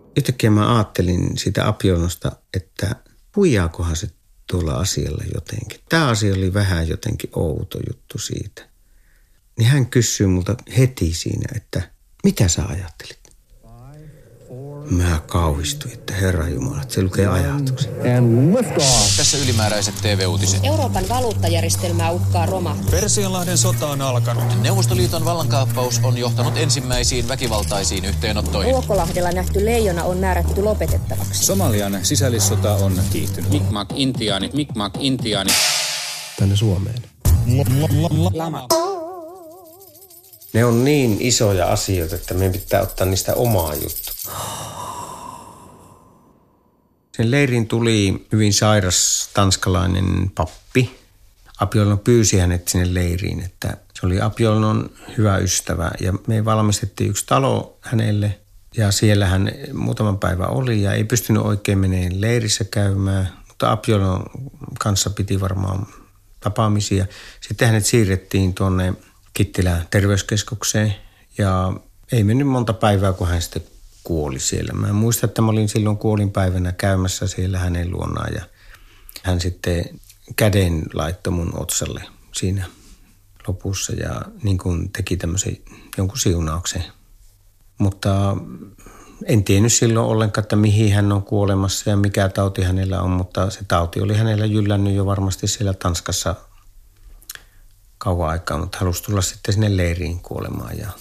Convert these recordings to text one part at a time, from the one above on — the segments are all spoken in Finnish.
Yhtäkkiä mä ajattelin siitä Apionosta, että huijaakohan se tuolla asialla jotenkin. Tämä asia oli vähän jotenkin outo juttu siitä. Niin hän kysyi multa heti siinä, että mitä sä ajattelit? Mä kauhistuin, että Herranjumala, että se lukee ajatuksen. Tässä ylimääräiset TV-uutiset. Euroopan valuuttajärjestelmää uhkaa romahtaa. Persianlahden sota on alkanut. Neuvostoliiton vallankaappaus on johtanut ensimmäisiin väkivaltaisiin yhteenottoihin. Ruokolahdella nähty leijona on määrätty lopetettavaksi. Somalian sisällissota on kiihtynyt. Mikmak Intiaani. Tänne Suomeen. Lama. Ne on niin isoja asioita, että meidän pitää ottaa niistä omaa juttu. Sen leiriin tuli hyvin sairas tanskalainen pappi. Apiollon pyysi hänet sinne leiriin, että se oli Apiollon hyvä ystävä. Ja me valmistettiin yksi talo hänelle ja siellä hän muutaman päivän oli ja ei pystynyt oikein menemään leirissä käymään. Mutta Apiollon kanssa piti varmaan tapaamisia. Sitten hänet siirrettiin tuonne Kittilän terveyskeskukseen ja ei mennyt monta päivää, kun hän sitten kuoli siellä. Mä muistan, että mä olin silloin kuolinpäivänä käymässä siellä hänen luonaan ja hän sitten käden laittoi mun otsalle siinä lopussa ja niin kuin teki tämmöisen jonkun siunauksen. Mutta en tiennyt silloin ollenkaan, että mihin hän on kuolemassa ja mikä tauti hänellä on, mutta se tauti oli hänellä jyllännyt jo varmasti siellä Tanskassa kauan aikaa, mutta halusi tulla sitten sinne leiriin kuolemaan. Ja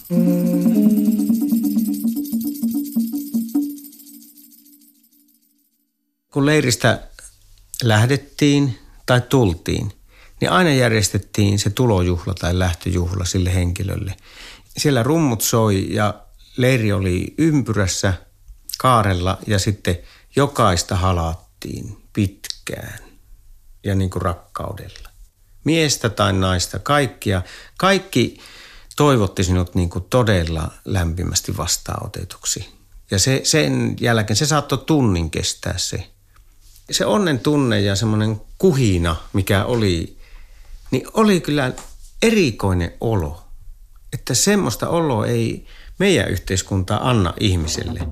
kun leiristä lähdettiin tai tultiin, niin aina järjestettiin se tulojuhla tai lähtöjuhla sille henkilölle. Siellä rummut soi ja leiri oli ympyrässä kaarella ja sitten jokaista halattiin pitkään ja niin kuin rakkaudella. Miestä tai naista, kaikkia. Kaikki toivotti sinut niin kuin todella lämpimästi vastaanotetuksi. Ja sen jälkeen se saattoi tunnin kestää se. Se onnen tunne ja semmoinen kuhina, mikä oli, niin oli kyllä erikoinen olo. Että semmoista oloa ei meidän yhteiskunta anna ihmiselle.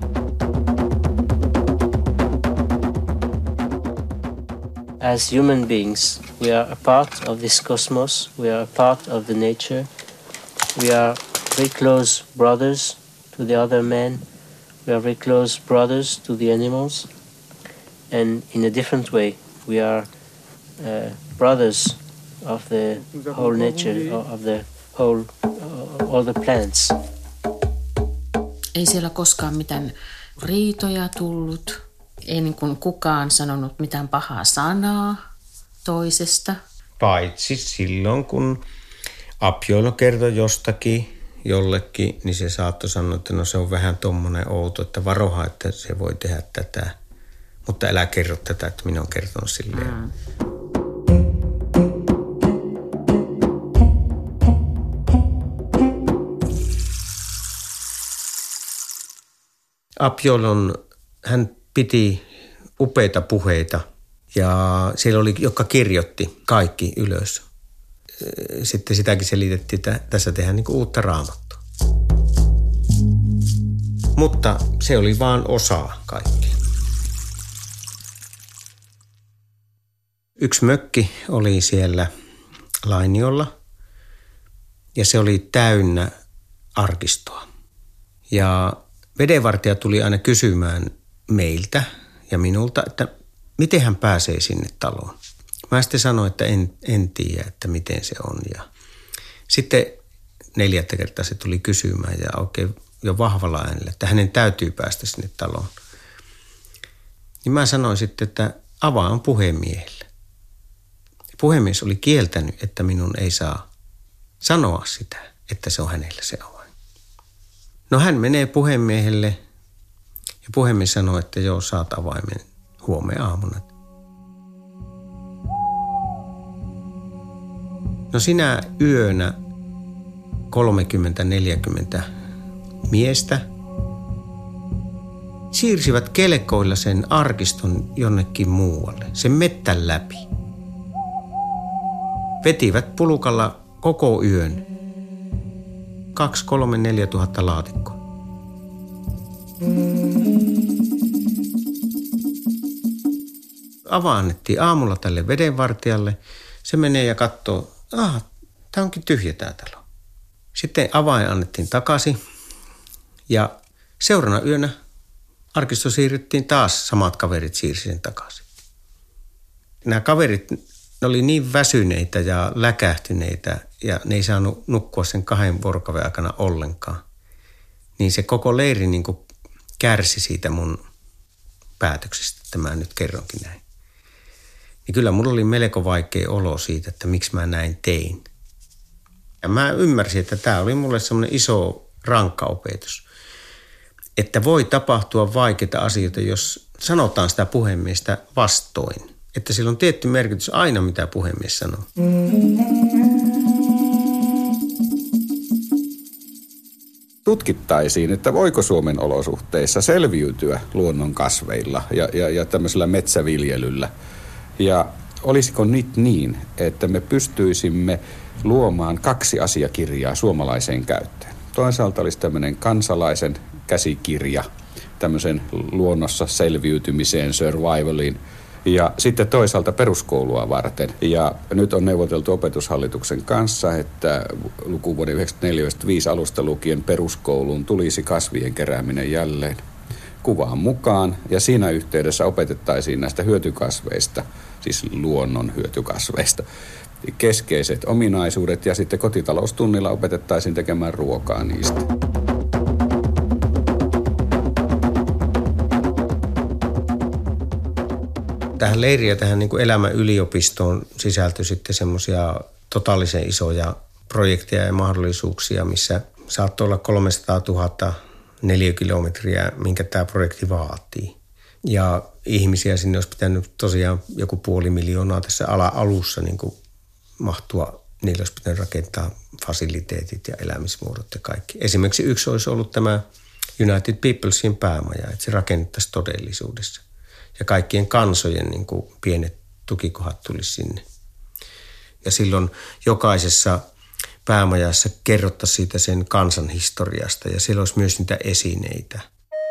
As human beings, we are a part of this cosmos, we are a part of the nature, we are very close brothers to the other man, we are very close brothers to the animals, and in a different way, we are brothers of the whole nature, of the whole, all the plants. Ei siellä koskaan mitään riitoja tullut. Ei niin kuin kukaan sanonut mitään pahaa sanaa toisesta. Paitsi silloin, kun Apiolla kertoi jostakin jollekin, niin se saattoi sanoa, että no se on vähän tommonen outo, että varoha, että se voi tehdä tätä. Mutta älä kerro tätä, että minä olen kertonut silleen. Apiollon, hän piti upeita puheita ja siellä oli, joka kirjoitti kaikki ylös. Sitten sitäkin selitettiin, että tässä tehdään niin kuin uutta raamattua. Mutta se oli vaan osa kaikkea. Yksi mökki oli siellä Lainiolla ja se oli täynnä arkistoa. Ja vedenvartija tuli aina kysymään meiltä ja minulta, että miten hän pääsee sinne taloon. Mä sitten sanoin, että en tiedä, että miten se on. Ja sitten 4. kertaa se tuli kysymään ja oikein jo vahvalla äänellä, että hänen täytyy päästä sinne taloon. Niin mä sanoin sitten, että avaan puhemiehelle. Puhemies oli kieltänyt, että minun ei saa sanoa sitä, että se on hänellä se avain. No hän menee puhemiehelle ja puhemies sanoo, että joo, saat avaimen huomenna aamuna. No sinä yönä 30-40 miestä siirsivät kelkoilla sen arkiston jonnekin muualle, sen mettän läpi. Vetivät pulukalla koko yön 2, 3, 4 tuhatta laatikkoa. annettiin aamulla tälle vedenvartijalle. Se menee ja katsoo, tämä onkin tyhjä tämä talo. Sitten avain annettiin takaisin ja seuraavana yönä arkisto siirryttiin taas, samat kaverit siirsi sen takaisin. Nämä kaverit, ne oli niin väsyneitä ja läkähtyneitä ja ne ei saanut nukkua sen 2 vuorokauden aikana ollenkaan. Niin se koko leiri niin kuin kärsi siitä mun päätöksestä, että mä nyt kerronkin näin. Niin kyllä mulla oli melko vaikea olo siitä, että miksi mä näin tein. Ja mä ymmärsin, että tämä oli mulle semmoinen iso rankka opetus. Että voi tapahtua vaikeita asioita, jos sanotaan sitä puhemiestä vastoin. Että sillä on tietty merkitys aina, mitä puhemies sanoo. Tutkittaisiin, että voiko Suomen olosuhteissa selviytyä luonnon kasveilla ja tämmöisellä metsäviljelyllä. Ja olisiko nyt niin, että me pystyisimme luomaan 2 asiakirjaa suomalaiseen käyttöön. Toisaalta olisi tämmöinen kansalaisen käsikirja tämmöisen luonnossa selviytymiseen, survivaliin. Ja sitten toisaalta peruskoulua varten. Ja nyt on neuvoteltu Opetushallituksen kanssa, että lukuvuoden 1994-1995 alusta lukien peruskouluun tulisi kasvien kerääminen jälleen kuvaan mukaan. Ja siinä yhteydessä opetettaisiin näistä hyötykasveista, siis luonnon hyötykasveista, keskeiset ominaisuudet ja sitten kotitaloustunnilla opetettaisiin tekemään ruokaa niistä. Tähän leiriin ja tähän niin kuin elämän yliopistoon sisältyi sitten semmoisia totaalisen isoja projekteja ja mahdollisuuksia, missä saattoi olla 300 000 neliökilometriä, minkä tämä projekti vaatii. Ja ihmisiä sinne olisi pitänyt tosiaan joku 500 000 tässä alussa niin kuin mahtua. Niillä olisi pitänyt rakentaa fasiliteetit ja elämismuodot ja kaikki. Esimerkiksi yksi olisi ollut tämä United Peoplesin päämaja, että se rakennettaisiin todellisuudessa. Ja kaikkien kansojen niin kuin pienet tukikohdat tulisi sinne. Ja silloin jokaisessa päämajassa kerrottaisiin siitä sen kansan historiasta ja siellä olisi myös niitä esineitä.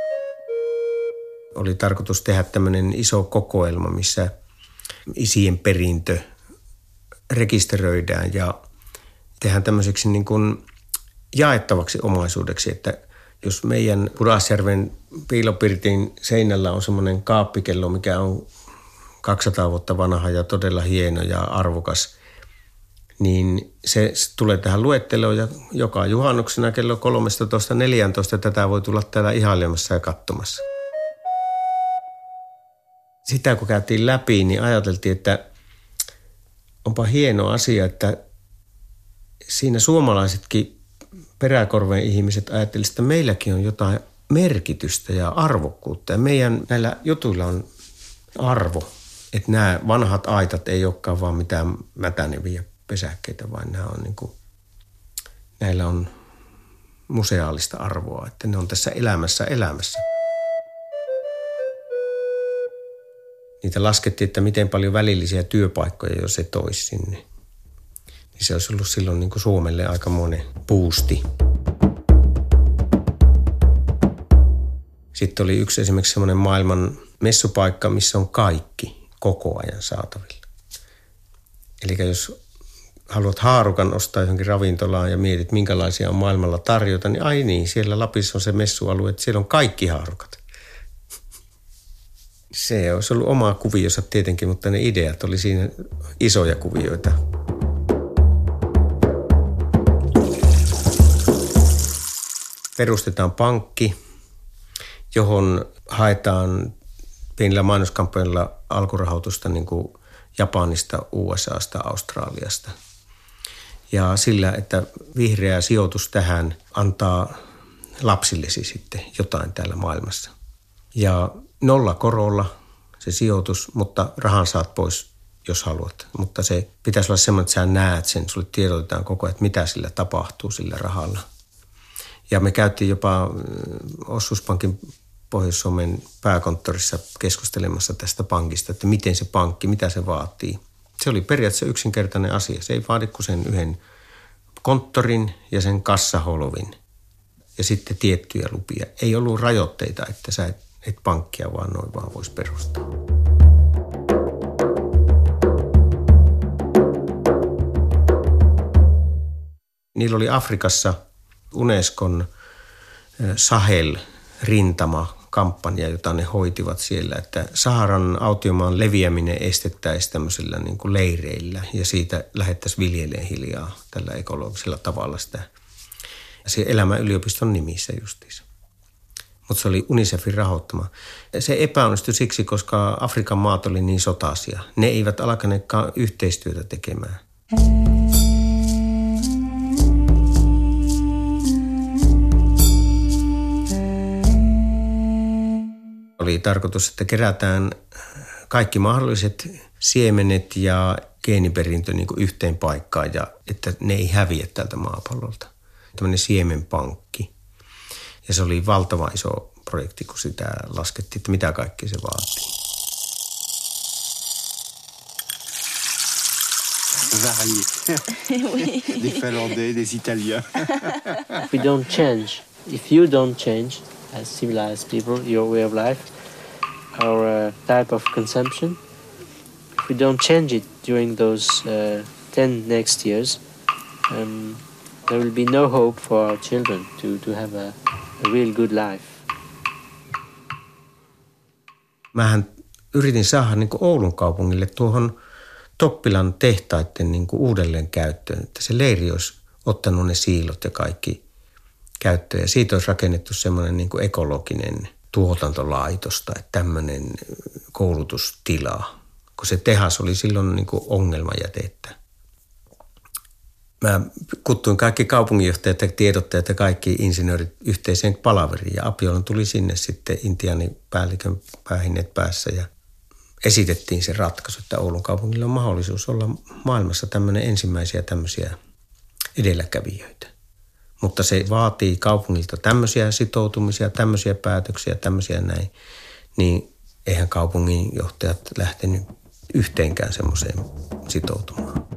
Oli tarkoitus tehdä tämmöinen iso kokoelma, missä isien perintö rekisteröidään ja tehdään tämmöiseksi niin kuin jaettavaksi omaisuudeksi, että jos meidän Pudasjärven piilopirtin seinällä on semmoinen kaappikello, mikä on 200 vuotta vanha ja todella hieno ja arvokas, niin se tulee tähän luetteloon ja joka juhannuksena kello 13.14 tätä voi tulla täällä ihailemassa ja katsomassa. Sitä kun käytiin läpi, niin ajateltiin, että onpa hieno asia, että siinä suomalaisetkin peräkorven ihmiset ajattelivat, että meilläkin on jotain merkitystä ja arvokkuutta. Ja meidän näillä jutuilla on arvo, että nämä vanhat aitat ei olekaan vaan mitään mätäneviä pesäkkeitä, vaan nämä on niin kuin, näillä on museaalista arvoa, että ne on tässä elämässä. Niitä laskettiin, että miten paljon välillisiä työpaikkoja, jos se toisi sinne. Niin se olisi ollut silloin niin kuin Suomelle aikamoinen boosti. Sitten oli yksi esimerkiksi semmoinen maailman messupaikka, missä on kaikki koko ajan saatavilla. Eli jos haluat haarukan ostaa johonkin ravintolaan ja mietit, minkälaisia on maailmalla tarjota, niin ai niin, siellä Lapissa on se messualue, että siellä on kaikki haarukat. Se olisi ollut oma kuvionsa tietenkin, mutta ne ideat oli siinä isoja kuvioita. Perustetaan pankki, johon haetaan pienillä mainoskampanjoilla alkurahoitusta niin kuin Japanista, USAsta, Australiasta. Ja sillä, että vihreä sijoitus tähän antaa lapsillesi sitten jotain täällä maailmassa. Ja 0 korolla se sijoitus, mutta rahan saat pois, jos haluat. Mutta se pitäisi olla semmoinen, että sä näet sen, sulle tiedotetaan koko ajan, että mitä sillä tapahtuu sillä rahalla. Ja me käytiin jopa Osuuspankin Pohjois-Suomen pääkonttorissa keskustelemassa tästä pankista, että miten se pankki, mitä se vaatii. Se oli periaatteessa yksinkertainen asia. Se ei vaadi kuin sen yhden konttorin ja sen kassaholvin ja sitten tiettyjä lupia. Ei ollut rajoitteita, että sä et pankkia vaan noin vaan voisi perustaa. Niillä oli Afrikassa Unescon Sahel-rintama-kampanja, jota ne hoitivat siellä, että Saharan autiomaan leviäminen estettäisiin tämmöisillä niin kuin leireillä ja siitä lähdettäisiin viljelemään hiljaa tällä ekologisella tavalla sitä. Se Elämän yliopiston nimissä justiinsa. Mutta se oli UNICEFin rahoittama. Se epäonnistui siksi, koska Afrikan maat oli niin sotaisia. Ne eivät alkaneetkaan yhteistyötä tekemään. Oli tarkoitus, että kerätään kaikki mahdolliset siemenet ja geeniperintö niin kuin yhteen paikkaan ja että ne ei häviä tältä maapallolta. Tämmöinen siemenpankki. Ja se oli valtava iso projekti, kun sitä laskettiin, että mitä kaikkea se vaatii. Varié. Des Finlandais, des Italiens. If we don't change, if you don't change as civilized people, your way of life, our type of consumption, if we don't change it during those 10 next years, there will be no hope for our children to have a real good life. Mähän yritin saada niin kuin Oulun kaupungille tuohon Toppilan tehtaiden niin kuin uudelleen käyttöön, että se leiri olisi ottanut ne siilot ja kaikki käyttöön. Ja siitä olisi rakennettu semmoinen niin kuin ekologinen tuotantolaitosta, että tämmöinen koulutustila, kun se tehas oli silloin niin kuin ongelmajätettä. Mä kuttuin kaikki kaupunginjohtajat ja tiedottajat ja kaikki insinöörit yhteiseen palaveriin ja Apiolon tuli sinne sitten intiaanipäällikön päähineet päässä ja esitettiin se ratkaisu, että Oulun kaupungilla on mahdollisuus olla maailmassa ensimmäisiä tämmöisiä edelläkävijöitä. Mutta se vaatii kaupungilta tämmöisiä sitoutumisia, tämmöisiä päätöksiä, tämmöisiä näin, niin eihän kaupunginjohtajat lähtenyt yhteenkään semmoiseen sitoutumaan.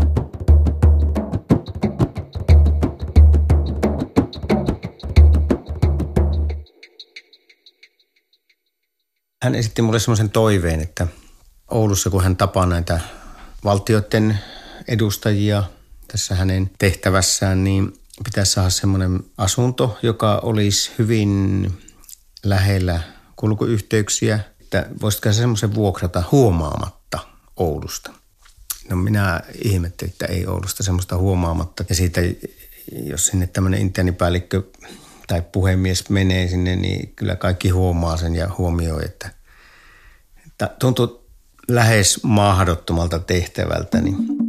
Hän esitti mulle semmoisen toiveen, että Oulussa, kun hän tapaa näitä valtioiden edustajia tässä hänen tehtävässään, niin pitäisi saada semmoinen asunto, joka olisi hyvin lähellä kulkuyhteyksiä, että voisitko semmoisen vuokrata huomaamatta Oulusta. No minä ihmettelin, että ei Oulusta semmoista huomaamatta. Ja siitä, jos sinne tämmöinen intiaanipäällikkö tai puhemies menee sinne, niin kyllä kaikki huomaa sen ja huomioi, että tuntuu lähes mahdottomalta tehtävältä.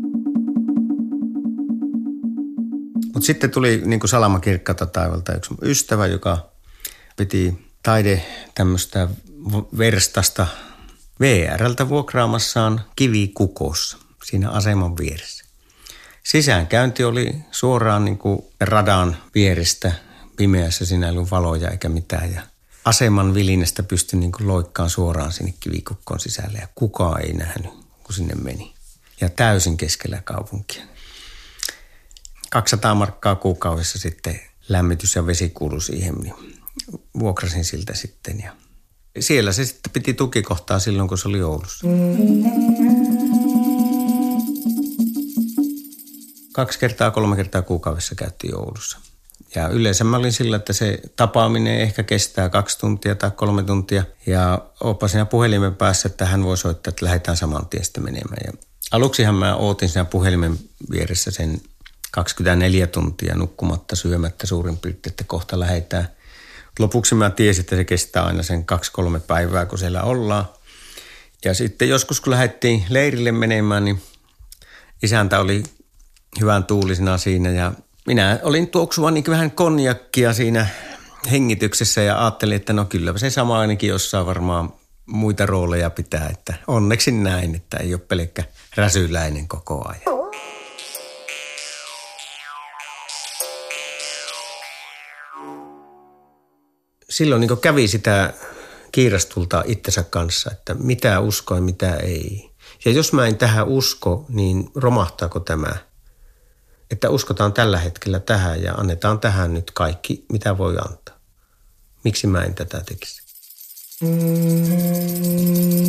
Mutta sitten tuli niin kuin salama kirkkaalta taivalta yksi ystävä, joka piti tämmöistä verstasta VR:ltä vuokraamassaan kivikukossa siinä aseman vieressä. Sisäänkäynti oli suoraan niin kuin radan vierestä. Pimeässä siinä ei ollut valoja eikä mitään ja aseman vilinästä pystyi niin kuin loikkaan suoraan sinne kivikukkoon sisälle ja kukaan ei nähnyt, kun sinne meni. Ja täysin keskellä kaupunkia. 200 markkaa kuukaudessa sitten lämmitys ja vesi kuului siihen, niin vuokrasin siltä sitten. Ja siellä se sitten piti tukikohtaa silloin, kun se oli Oulussa. 2-3 kertaa kuukaudessa käytiin Oulussa. Ja yleensä mä olin sillä, että se tapaaminen ehkä kestää 2 tuntia tai 3 tuntia. Ja oppa siinä puhelimen päässä, että hän voi soittaa, että lähdetään saman tien sitten menemään. Ja aluksihan mä ootin siinä puhelimen vieressä sen 24 tuntia nukkumatta, syömättä suurin piirtein, että kohta lähdetään. Lopuksi mä tiesin, että se kestää aina sen 2-3 päivää, kun siellä ollaan. Ja sitten joskus, kun lähdettiin leirille menemään, niin isäntä oli hyvän tuulisena siinä ja minä olin tuoksuva niin vähän konjakkia siinä hengityksessä ja ajattelin, että no kyllä se sama ainakin jossain varmaan muita rooleja pitää, että onneksi näin, että ei ole pelkkä räsyläinen koko ajan. Silloin niin kävi sitä kiirastulta itsensä kanssa, että mitä uskoo ja mitä ei. Ja jos mä en tähän usko, niin romahtaako tämä? Että uskotaan tällä hetkellä tähän ja annetaan tähän nyt kaikki, mitä voi antaa. Miksi mä en tätä tekisi?